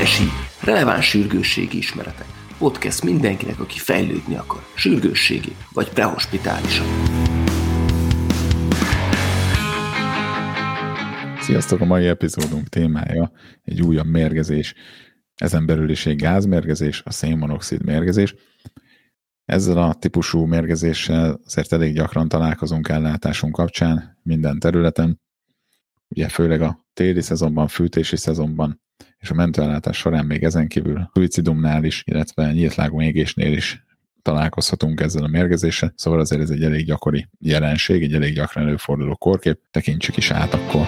Orvosi, releváns sürgősségi ismeretek. Podcast mindenkinek, aki fejlődni akar, sürgősségi vagy prehospitálisan. Sziasztok! A mai epizódunk témája egy újabb mérgezés, ezen belül is egy gázmérgezés, a szénmonoxid mérgezés. Ezzel a típusú mérgezéssel azért elég gyakran találkozunk ellátásunk kapcsán minden területen, ugye főleg a téli szezonban, fűtési szezonban, és a mentőellátás során még ezen kívül szuicidumnál is, illetve nyíltlágú égésnél is találkozhatunk ezzel a mérgezéssel, szóval azért ez egy elég gyakori jelenség, egy elég gyakran előforduló kórkép, tekintsük is át akkor.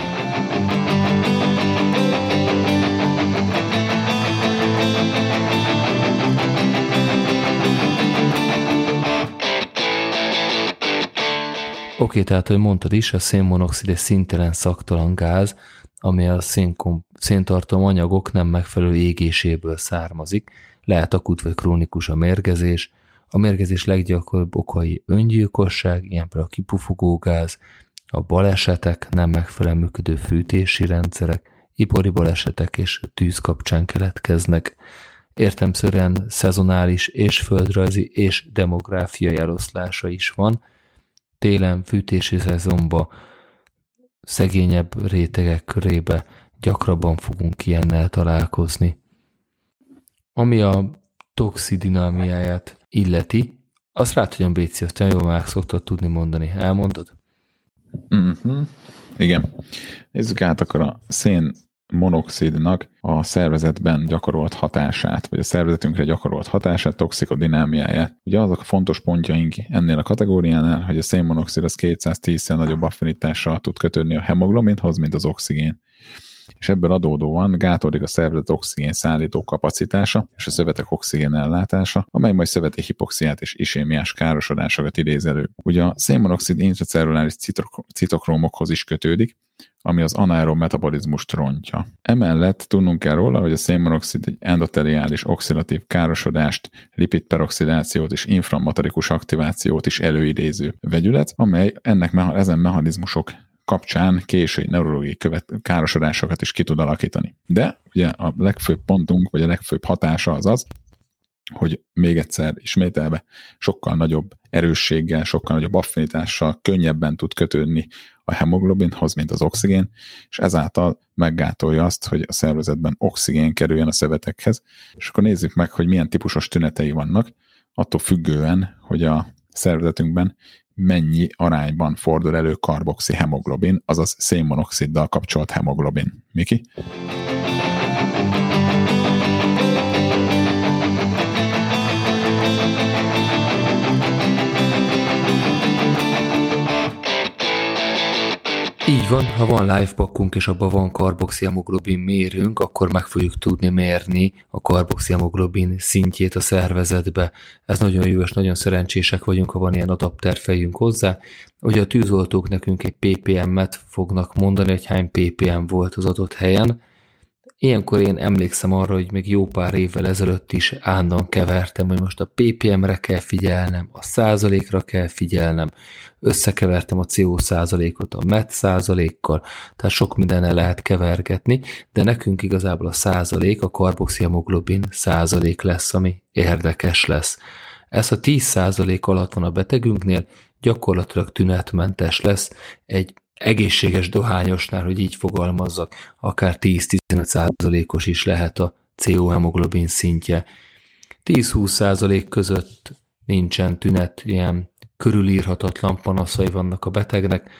Oké, tehát, hogy mondtad is, a szénmonoxid egy színtelen szagtalan gáz, ami a széntartalmú anyagok nem megfelelő égéséből származik. Lehet akut vagy krónikus a mérgezés. A mérgezés leggyakoribb okai öngyilkosság, ilyen például a kipufogógáz, a balesetek, nem megfelelően működő fűtési rendszerek, ipari balesetek és tűz kapcsán keletkeznek. Értelemszerűen szezonális és földrajzi és demográfiai eloszlása is van. Télen, fűtési szezonban, szegényebb rétegek körébe gyakrabban fogunk ilyennel találkozni. Ami a toxidinamiáját illeti, azt rá tudjam, Béci, azt jól meg szoktad tudni mondani. Elmondod? Igen. Nézzük át akkor a szénmonoxidnak a szervezetben gyakorolt hatását, vagy a szervezetünkre gyakorolt hatását, toxikodinamiáját. Ugye azok a fontos pontjaink ennél a kategóriánál, hogy a szénmonoxid az 210-szer nagyobb affinitással tud kötődni a hemoglobinhoz, mint az oxigén. És ebből adódóan gátolódik a szervezet oxigén szállító kapacitása és a szövetek oxigén ellátása, amely majd szöveti hipoxiát és isémiás károsodásokat idéz elő. Ugye a szénmonoxid intracelluláris citokrómokhoz is kötődik, ami az anaerob metabolizmust rontja. Emellett tudnunk kell róla, hogy a szénmonoxid egy endoteliális oxidatív károsodást, lipidperoxidációt és inflammatorikus aktivációt is előidéző vegyület, amely ezen mechanizmusok kapcsán késői neurológiai károsodásokat is ki tud alakítani. De ugye a legfőbb pontunk, vagy a legfőbb hatása az, hogy még egyszer ismételve sokkal nagyobb erősséggel, sokkal nagyobb affinitással könnyebben tud kötődni a hemoglobinhoz, mint az oxigén, és ezáltal meggátolja azt, hogy a szervezetben oxigén kerüljön a szövetekhez. És akkor nézzük meg, hogy milyen típusos tünetei vannak, attól függően, hogy a szervezetünkben mennyi arányban fordul elő karboxihemoglobin, azaz szénmonoxiddal kapcsolt hemoglobin. Miki? Így van, ha van live pakkunk és abban van karboxihemoglobin mérőnk, akkor meg fogjuk tudni mérni a karboxihemoglobin szintjét a szervezetbe. Ez nagyon jó, és nagyon szerencsések vagyunk, ha van ilyen adapterfejünk hozzá. Ugye a tűzoltók nekünk egy ppm-et fognak mondani, hogy hány ppm volt az adott helyen. Ilyenkor én emlékszem arra, hogy még jó pár évvel ezelőtt is állandóan kevertem, hogy most a ppm-re kell figyelnem, a százalékra kell figyelnem, összekevertem a CO százalékot a MET százalékkal, tehát sok mindennel lehet kevergetni, de nekünk igazából a százalék, a karboxihemoglobin százalék lesz, ami érdekes lesz. Ez a 10% alatt van a betegünknél, gyakorlatilag tünetmentes lesz, egy egészséges dohányosnál, hogy így fogalmazzak, akár 10-15%-os is lehet a CO hemoglobin szintje. 10-20% között nincsen tünet, ilyen körülírhatatlan panaszai vannak a betegnek,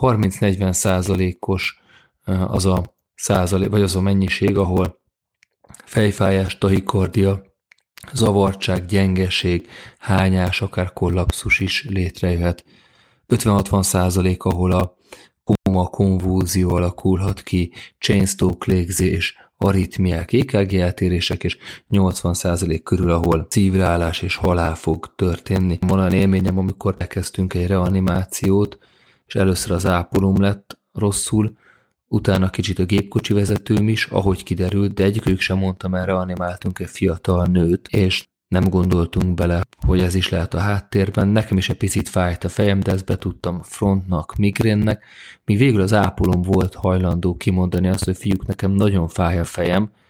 30-40%-os az a százalék, vagy az a mennyiség, ahol fejfájás, tahikardia, zavartság, gyengeség, hányás, akár kollapszus is létrejöhet. 50-60%, ahol a kóma, konvulzió alakulhat ki, chain-stroke légzés, aritmiák, EKG eltérések, és 80% körül, ahol szívleállás és halál fog történni. Van olyan élményem, amikor elkezdtünk egy reanimációt, és először az ápolóm lett rosszul, utána kicsit a gépkocsi vezetőm is, ahogy kiderült, de egyikük sem mondta, mert reanimáltunk egy fiatal nőt, és nem gondoltunk bele, hogy ez is lehet a háttérben. Nekem is egy picit fájt a fejem, de ezt betudtam frontnak, migrénnek, míg végül az ápolom volt hajlandó kimondani azt, hogy fiúk, nekem nagyon fáj a fejem,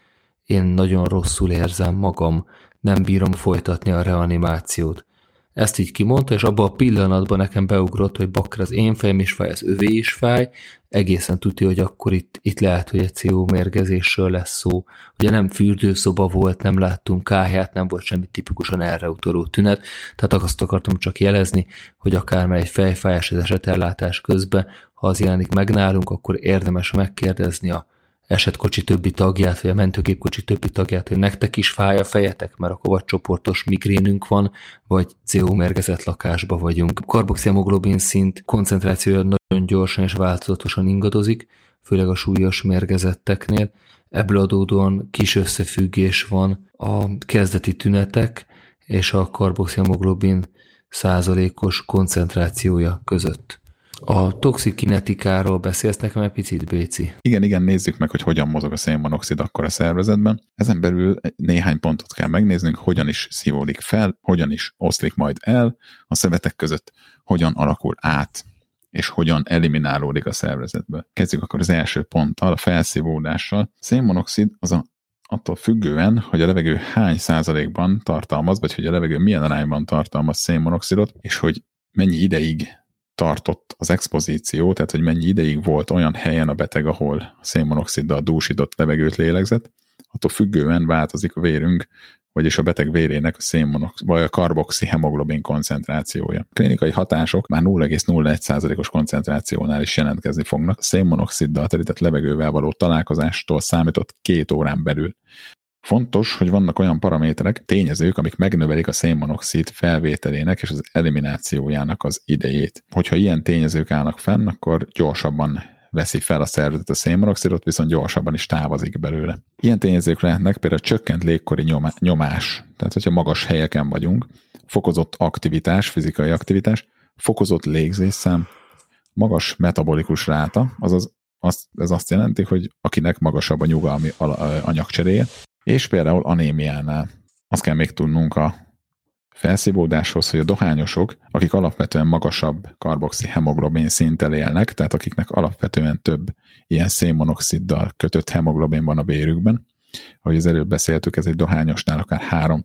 én nagyon rosszul érzem magam, nem bírom folytatni a reanimációt. Ezt így kimondta, és abban a pillanatban nekem beugrott, hogy bakker, az én fejem is fáj, az övé is fáj, egészen tudja, hogy akkor itt lehet, hogy egy CO mérgezésről lesz szó. Ugye nem fürdőszoba volt, nem láttunk kályhát, nem volt semmi tipikusan erre utaló tünet, tehát azt akartam csak jelezni, hogy akármely egy fejfájás az esetellátás közben, ha az jelenik meg nálunk, akkor érdemes megkérdezni a esetkocsi többi tagját, vagy a mentőgépkocsi többi tagját, hogy nektek is fáj a fejetek, mert akkor vagy csoportos migrénünk van, vagy CO-mérgezett lakásba vagyunk. A karboxihemoglobin szint koncentrációja nagyon gyorsan és változatosan ingadozik, főleg a súlyos mérgezetteknél. Ebből adódóan kis összefüggés van a kezdeti tünetek és a karboxihemoglobin százalékos koncentrációja között. A toxikinetikáról beszélsz nekem egy picit, Béci? Igen, nézzük meg, hogy hogyan mozog a szénmonoxid akkor a szervezetben. Ezen belül néhány pontot kell megnéznünk, hogyan is szívódik fel, hogyan is oszlik majd el a szövetek között, hogyan alakul át, és hogyan eliminálódik a szervezetből. Kezdjük akkor az első ponttal, a felszívódással. A szénmonoxid az attól függően, hogy a levegő hány százalékban tartalmaz, vagy hogy a levegő milyen arányban tartalmaz szénmonoxidot, és hogy mennyi ideig tartott az expozíció, tehát hogy mennyi ideig volt olyan helyen a beteg, ahol a szénmonoxiddal dúsított levegőt lélegzett, attól függően változik a vérünk, vagyis a beteg vérének vagy a karboxihemoglobin koncentrációja. A klinikai hatások már 0,01%-os koncentrációnál is jelentkezni fognak. A szénmonoxiddal terített levegővel való találkozástól számított 2 órán belül. Fontos, hogy vannak olyan paraméterek, tényezők, amik megnövelik a szénmonoxid felvételének és az eliminációjának az idejét. Hogyha ilyen tényezők állnak fenn, akkor gyorsabban veszi fel a szervezet a szénmonoxidot, viszont gyorsabban is távozik belőle. Ilyen tényezők lehetnek például csökkent légkori nyomás, tehát hogyha magas helyeken vagyunk, fokozott aktivitás, fizikai aktivitás, fokozott légzésszám, magas metabolikus ráta, azaz ez azt jelenti, hogy akinek magasabb a nyugalmi anyagcseréje, és például anémiánál. Azt kell még tudnunk a felszívódáshoz, hogy a dohányosok, akik alapvetően magasabb karboxihemoglobin szinttel élnek, tehát akiknek alapvetően több ilyen szénmonoxiddal kötött hemoglobin van a vérükben, ahogy az előbb beszéltük, ez egy dohányosnál akár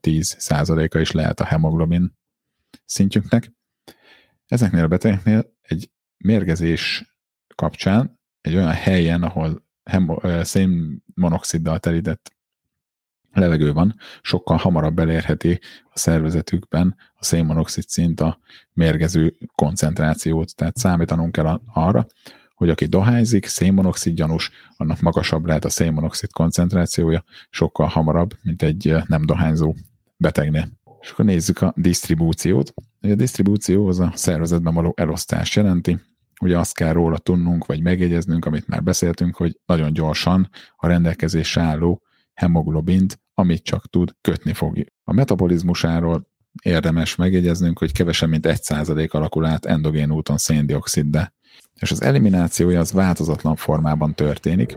3-10%-a is lehet a hemoglobin szintjüknek. Ezeknél a betegeknél egy mérgezés kapcsán egy olyan helyen, ahol szénmonoxiddal terített levegő van, sokkal hamarabb elérheti a szervezetükben a szénmonoxid szint a mérgező koncentrációt. Tehát számítanunk kell arra, hogy aki dohányzik, szénmonoxid gyanús, annak magasabb lehet a szénmonoxid koncentrációja sokkal hamarabb, mint egy nem dohányzó betegnél. És akkor nézzük a disztribúciót. A disztribúció az a szervezetben való elosztást jelenti. Ugye azt kell róla tudnunk, vagy megjegyeznünk, amit már beszéltünk, hogy nagyon gyorsan a rendelkezésre álló hemoglobint, amit csak tud, kötni fog. A metabolizmusáról érdemes megjegyeznünk, hogy kevesebb, mint 1% alakul át endogén úton széndioxiddá. És az eliminációja az változatlan formában történik.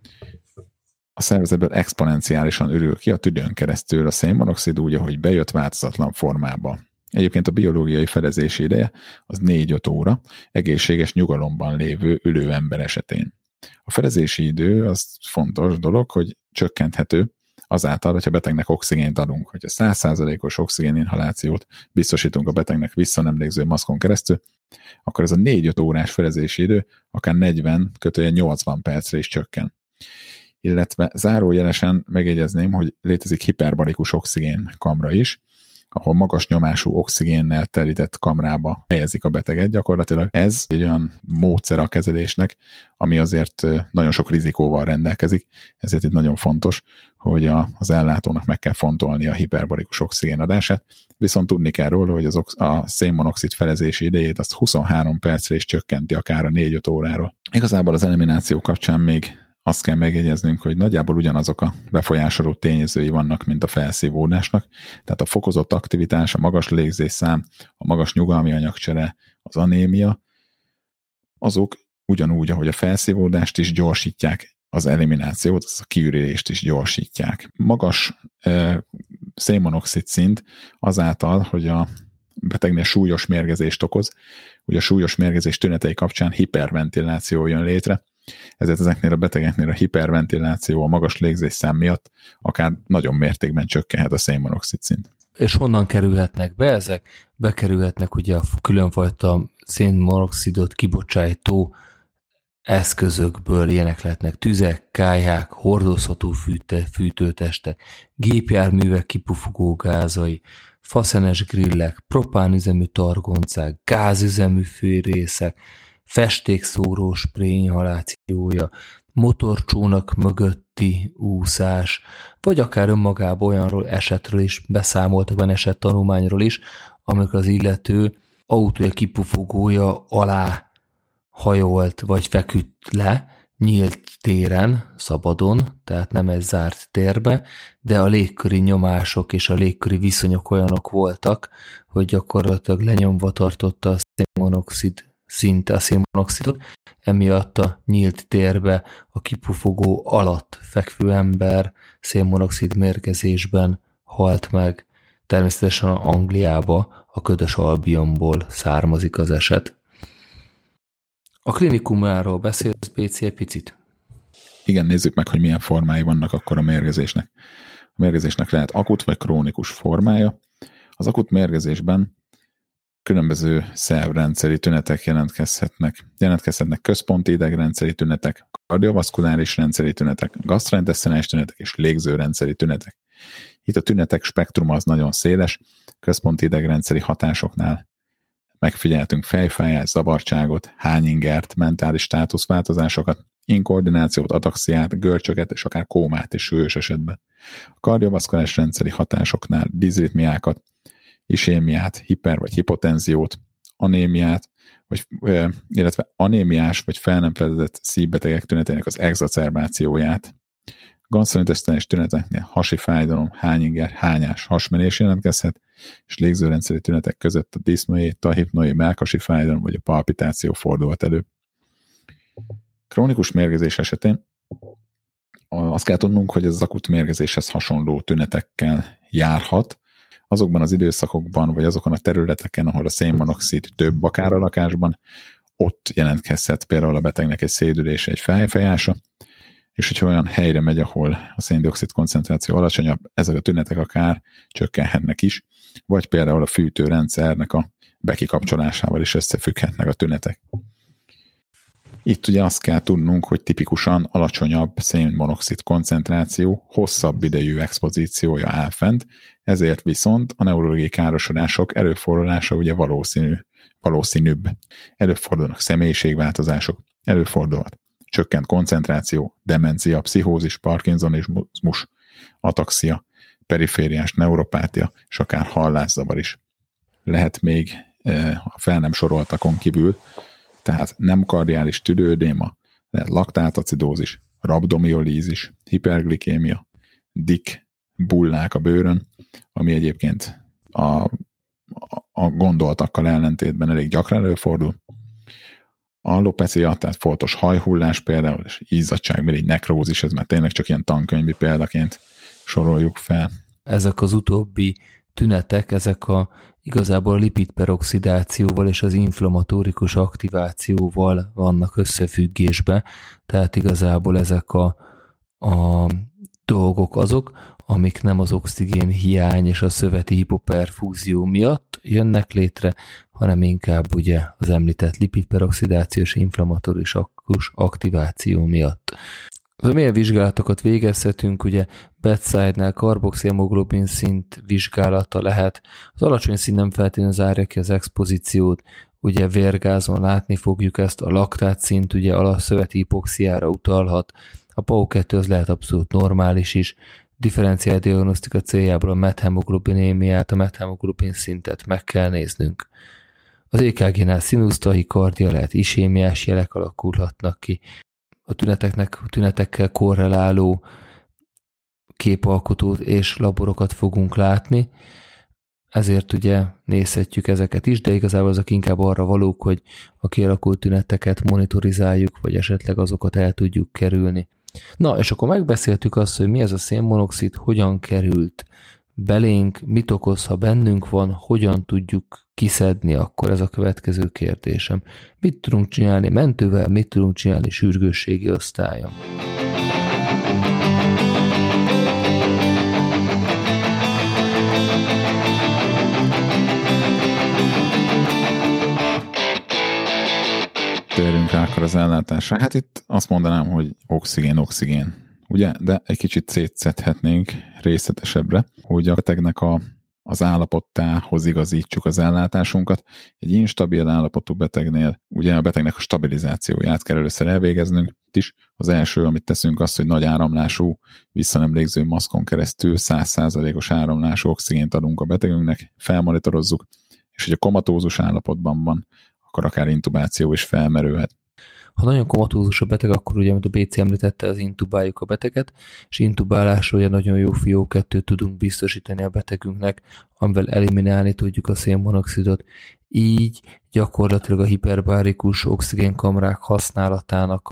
A szervezetből exponenciálisan ürül ki a tüdőn keresztül a szénmonoxid úgy, ahogy bejött változatlan formába. Egyébként a biológiai fedezési ideje az 4-5 óra, egészséges nyugalomban lévő ülő ember esetén. A fedezési idő az fontos dolog, hogy csökkenthető azáltal, hogyha betegnek oxigént adunk. Hogyha 100%-os oxigéninhalációt biztosítunk a betegnek visszanemlékező maszkon keresztül, akkor ez a 4-5 órás fedezési idő akár 40-80 percre is csökken. Illetve zárójelesen megjegyezném, hogy létezik hiperbarikus oxigén kamra is, ahol magas nyomású oxigénnel telített kamrába helyezik a beteget. Gyakorlatilag ez egy olyan módszer a kezelésnek, ami azért nagyon sok rizikóval rendelkezik, ezért itt nagyon fontos, hogy az ellátónak meg kell fontolni a hiperbarikus oxigénadását, viszont tudni kell róla, hogy a szénmonoxid felezési idejét azt 23 percre is csökkenti akár a 4-5 óráról. Igazából az elimináció kapcsán még azt kell megjegyeznünk, hogy nagyjából ugyanazok a befolyásoló tényezői vannak, mint a felszívódásnak. Tehát a fokozott aktivitás, a magas légzésszám, a magas nyugalmi anyagcsere, az anémia, azok ugyanúgy, ahogy a felszívódást is gyorsítják, az eliminációt, az a kiürülést is gyorsítják. Magas szénmonoxid szint azáltal, hogy a betegnél súlyos mérgezést okoz, ugye a súlyos mérgezés tünetei kapcsán hiperventiláció jön létre, Ezért ezeknél a betegeknél a hiperventiláció, a magas légzésszám miatt akár nagyon mértékben csökkenhet a szénmonoxid szint. És honnan kerülhetnek be ezek? Bekerülhetnek ugye a különfajta szénmonoxidot kibocsájtó eszközökből, ilyenek lehetnek tüzek, kályhák, hordozható fűtőtestek, gépjárművek kipufogó gázai, faszenes grillek, propánüzemű targoncák, gázüzemű fűrészek, festékszóró spré inhalációja, motorcsónak mögötti úszás, vagy akár önmagában olyanról esetről is beszámoltak, van eset tanulmányról is, amikor az illető autója kipufogója alá hajolt, vagy feküdt le, nyílt téren, szabadon, tehát nem egy zárt térbe, de a légköri nyomások és a légköri viszonyok olyanok voltak, hogy gyakorlatilag lenyomva tartotta a szénmonoxid szinte a szénmonoxidot, emiatt a nyílt térbe a kipufogó alatt fekvő ember szénmonoxid mérgezésben halt meg. Természetesen Angliába a Ködös Albionból származik az eset. A klinikumáról beszélsz, Péci, egy picit? Igen, nézzük meg, hogy milyen formái vannak akkor a mérgezésnek. A mérgezésnek lehet akut vagy krónikus formája. Az akut mérgezésben különböző szervrendszeri tünetek jelentkezhetnek központi idegrendszeri tünetek, kardiovaszkuláris rendszeri tünetek, gasztrointeszinális tünetek és légzőrendszeri tünetek. Itt a tünetek spektruma az nagyon széles, központi idegrendszeri hatásoknál megfigyeltünk fejfájást, zavartságot, hányingert, mentális státuszváltozásokat, inkoordinációt, ataxiát, görcsöket és akár kómát is súlyos esetben. A kardiovaszkuláris rendszeri hatásoknál dizritmiákat, isémiát, hiper- vagy hipotenziót, anémiát, illetve anémiás vagy fel nem fedezett szívbetegek tünetének az exacerbációját. Gastrointeszinális tüneteknél hasi fájdalom, hányinger, hányás, hasmenés jelentkezhet, és légzőrendszeri tünetek között a disznoé, tahipnoé, mellkasi fájdalom vagy a palpitáció fordulhat elő. Krónikus mérgezés esetén azt kell tudnunk, hogy ez az akut mérgezéshez hasonló tünetekkel járhat, azokban az időszakokban, vagy azokon a területeken, ahol a szénmonoxid több akár a lakásban, ott jelentkezhet például a betegnek egy szédülése, egy fejfájása, és hogyha olyan helyre megy, ahol a széndioxid koncentráció alacsonyabb, ezek a tünetek akár csökkenhetnek is, vagy például a fűtőrendszernek a bekikapcsolásával is összefügghetnek a tünetek. Itt ugye azt kell tudnunk, hogy tipikusan alacsonyabb szénmonoxid koncentráció, hosszabb idejű expozíciója áll fent, ezért viszont a neurológiai károsodások előfordulása ugye valószínűbb. Előfordulnak személyiségváltozások, előfordulhat csökkent koncentráció, demencia, pszichózis, parkinsonizmus, ataxia, perifériás neuropátia, és akár hallászavar is. Lehet még a fel nem soroltakon kívül, tehát nem kardiális tüdőödéma, lehet laktáltacidózis, rabdomiolízis, hiperglikémia, DIC, bullák a bőrön, ami egyébként a gondoltakkal ellentétben elég gyakran előfordul. Alopecia, tehát foltos hajhullás például, és izzadságmirigy nekrózis, ez már tényleg csak ilyen tankönyvi példaként soroljuk fel. Ezek az utóbbi tünetek, igazából a lipidperoxidációval és az inflammatórikus aktivációval vannak összefüggésbe, tehát igazából ezek a dolgok azok, amik nem az oxigén hiány és a szöveti hipoperfúzió miatt jönnek létre, hanem inkább ugye az említett lipidperoxidáció és inflammatórikus aktiváció miatt. Milyen vizsgálatokat végezhetünk, ugye bedside-nál karboxilhemoglobin szint vizsgálata lehet, az alacsony szint nem feltétlenül zárja ki az expozíciót, ugye vérgázon látni fogjuk ezt, a laktát szint ugye alapszöveti hipoxiára utalhat, a PAO2 az lehet abszolút normális is, differenciált diagnosztika céljából a methemoglobinémiát, a methemoglobin szintet meg kell néznünk. Az EKG-nál szinusztahikardia lehet, isémiás jelek alakulhatnak ki. A tünetekkel korreláló képalkotót és laborokat fogunk látni, ezért ugye nézhetjük ezeket is, de igazából azok inkább arra valók, hogy a kialakult tüneteket monitorizáljuk, vagy esetleg azokat el tudjuk kerülni. Na, és akkor megbeszéltük azt, hogy mi ez a szénmonoxid, hogyan került belénk, mit okoz, ha bennünk van, hogyan tudjuk kiszedni, akkor ez a következő kérdésem. Mit tudunk csinálni mentővel, mit tudunk csinálni sürgősségi osztályon? Térjünk rá akkor az ellátásra. Hát itt azt mondanám, hogy oxigén, ugye? De egy kicsit szétszedhetnénk részletesebbre, hogy a betegnek az állapottához igazítsuk az ellátásunkat. Egy instabil állapotú betegnél ugye a betegnek a stabilizációját kell először elvégeznünk. Itt is az első, amit teszünk, az, hogy nagy áramlású, visszanemlékező maszkon keresztül 100%-os áramlású oxigént adunk a betegünknek, felmonitorozzuk, és hogy a komatózus állapotban van, akkor akár intubáció is felmerülhet. Ha nagyon komatózus a beteg, akkor ugye, amit a BC említette, az intubáljuk a beteget, és intubálásról ugye nagyon jó FiO2-t tudunk biztosítani a betegünknek, amivel eliminálni tudjuk a szénmonoxidot. Így gyakorlatilag a hiperbárikus oxigénkamrák használatának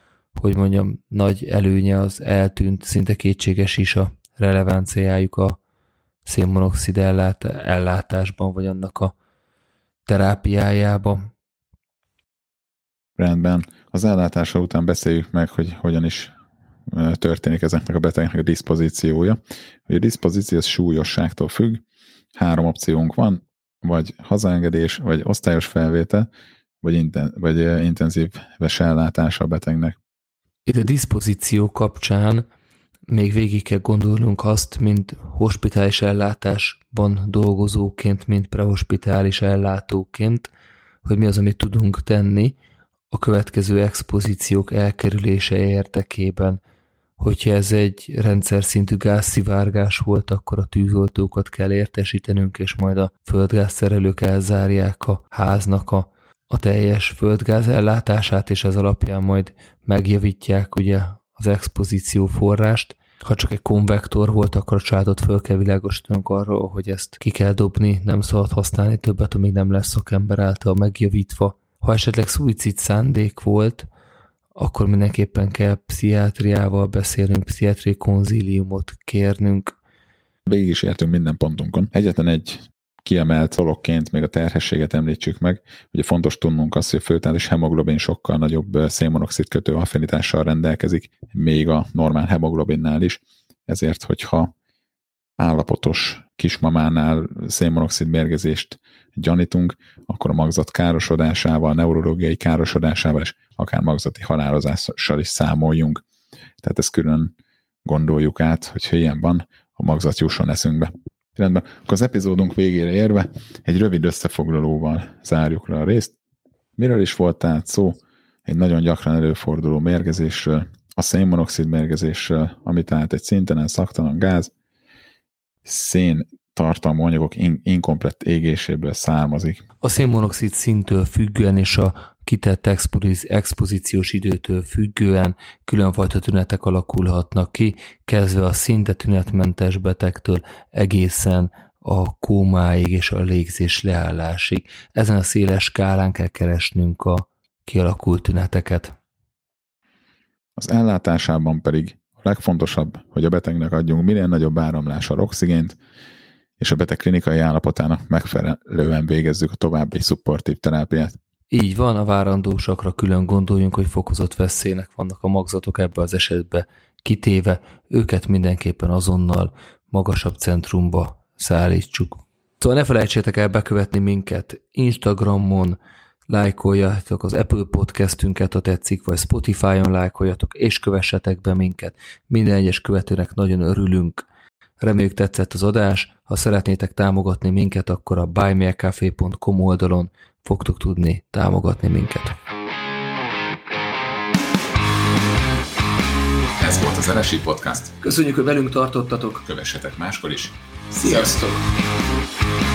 nagy előnye az eltűnt, szinte kétséges is a relevanciájuk a szénmonoxid ellátásban, vagy annak a terápiájában. Rendben. Az ellátása után beszéljük meg, hogy hogyan is történik ezeknek a betegeknek a diszpozíciója. A diszpozíció az súlyosságtól függ. 3 opciónk van, vagy hazaengedés, vagy osztályos felvétel, vagy intenzíves ellátása a betegnek. Itt a diszpozíció kapcsán még végig kell gondolnunk azt, mint hospitális ellátásban dolgozóként, mint prehospitális ellátóként, hogy mi az, amit tudunk tenni a következő expozíciók elkerülése érdekében. Hogyha ez egy rendszer szintű gázszivárgás volt, akkor a tűzoltókat kell értesítenünk, és majd a földgázszerelők elzárják a háznak a teljes földgáz ellátását, és ez alapján majd megjavítják ugye az expozíció forrást. Ha csak egy konvektor volt, akkor a családot föl kell világosítanunk arról, hogy ezt ki kell dobni, nem szabad használni többet, amíg nem lesz szakember által megjavítva. Ha esetleg szuicid szándék volt, akkor mindenképpen kell pszichiátriával beszélnünk, pszichiátriai konzíliumot kérnünk. Végig is értünk minden pontunkon. Egyetlen egy kiemelt dologként még a terhességet említsük meg. Ugye fontos tudnunk azt, hogy a főtális hemoglobin sokkal nagyobb szénmonoxid kötő affinitással rendelkezik, még a normál hemoglobinnál is. Ezért, hogyha állapotos kismamánál szénmonoxid mérgezést gyanítunk, akkor a magzat károsodásával, neurológiai károsodásával és akár magzati halálozással is számoljunk. Tehát ezt külön gondoljuk át, hogyha ilyen van, a magzat jusson eszünkbe. Rendben, akkor az epizódunk végére érve egy rövid összefoglalóval zárjuk le a részt. Miről is volt tehát szó? Egy nagyon gyakran előforduló mérgezésről, a szénmonoxid mérgezésről, ami tehát egy színtelen, szaktalan gáz, szén tartalmú anyagok inkomplett égéséből származik. A szénmonoxid szintől függően és a kitett expozíciós időtől függően különfajta tünetek alakulhatnak ki, kezdve a szinte tünetmentes betegtől egészen a kómáig és a légzés leállásig. Ezen a széles skálán kell keresnünk a kialakult tüneteket. Az ellátásában pedig a legfontosabb, hogy a betegnek adjunk minél nagyobb áramlással oxigént, és a beteg klinikai állapotának megfelelően végezzük a további szupportív terápiát. Így van, a várandósakra külön gondoljunk, hogy fokozott veszélynek vannak a magzatok ebbe az esetben kitéve, őket mindenképpen azonnal magasabb centrumba szállítsuk. Szóval ne felejtsétek el bekövetni minket Instagramon, lájkoljatok az Apple podcastünket, ha tetszik, vagy Spotify-on lájkoljatok, és kövessetek be minket. Minden egyes követőnek nagyon örülünk. Reméljük tetszett az adás, ha szeretnétek támogatni minket, akkor a buymeacafe.com oldalon fogtok tudni támogatni minket. Ez volt az NSI Podcast. Köszönjük, hogy velünk tartottatok. Kövessetek máskor is. Sziasztok!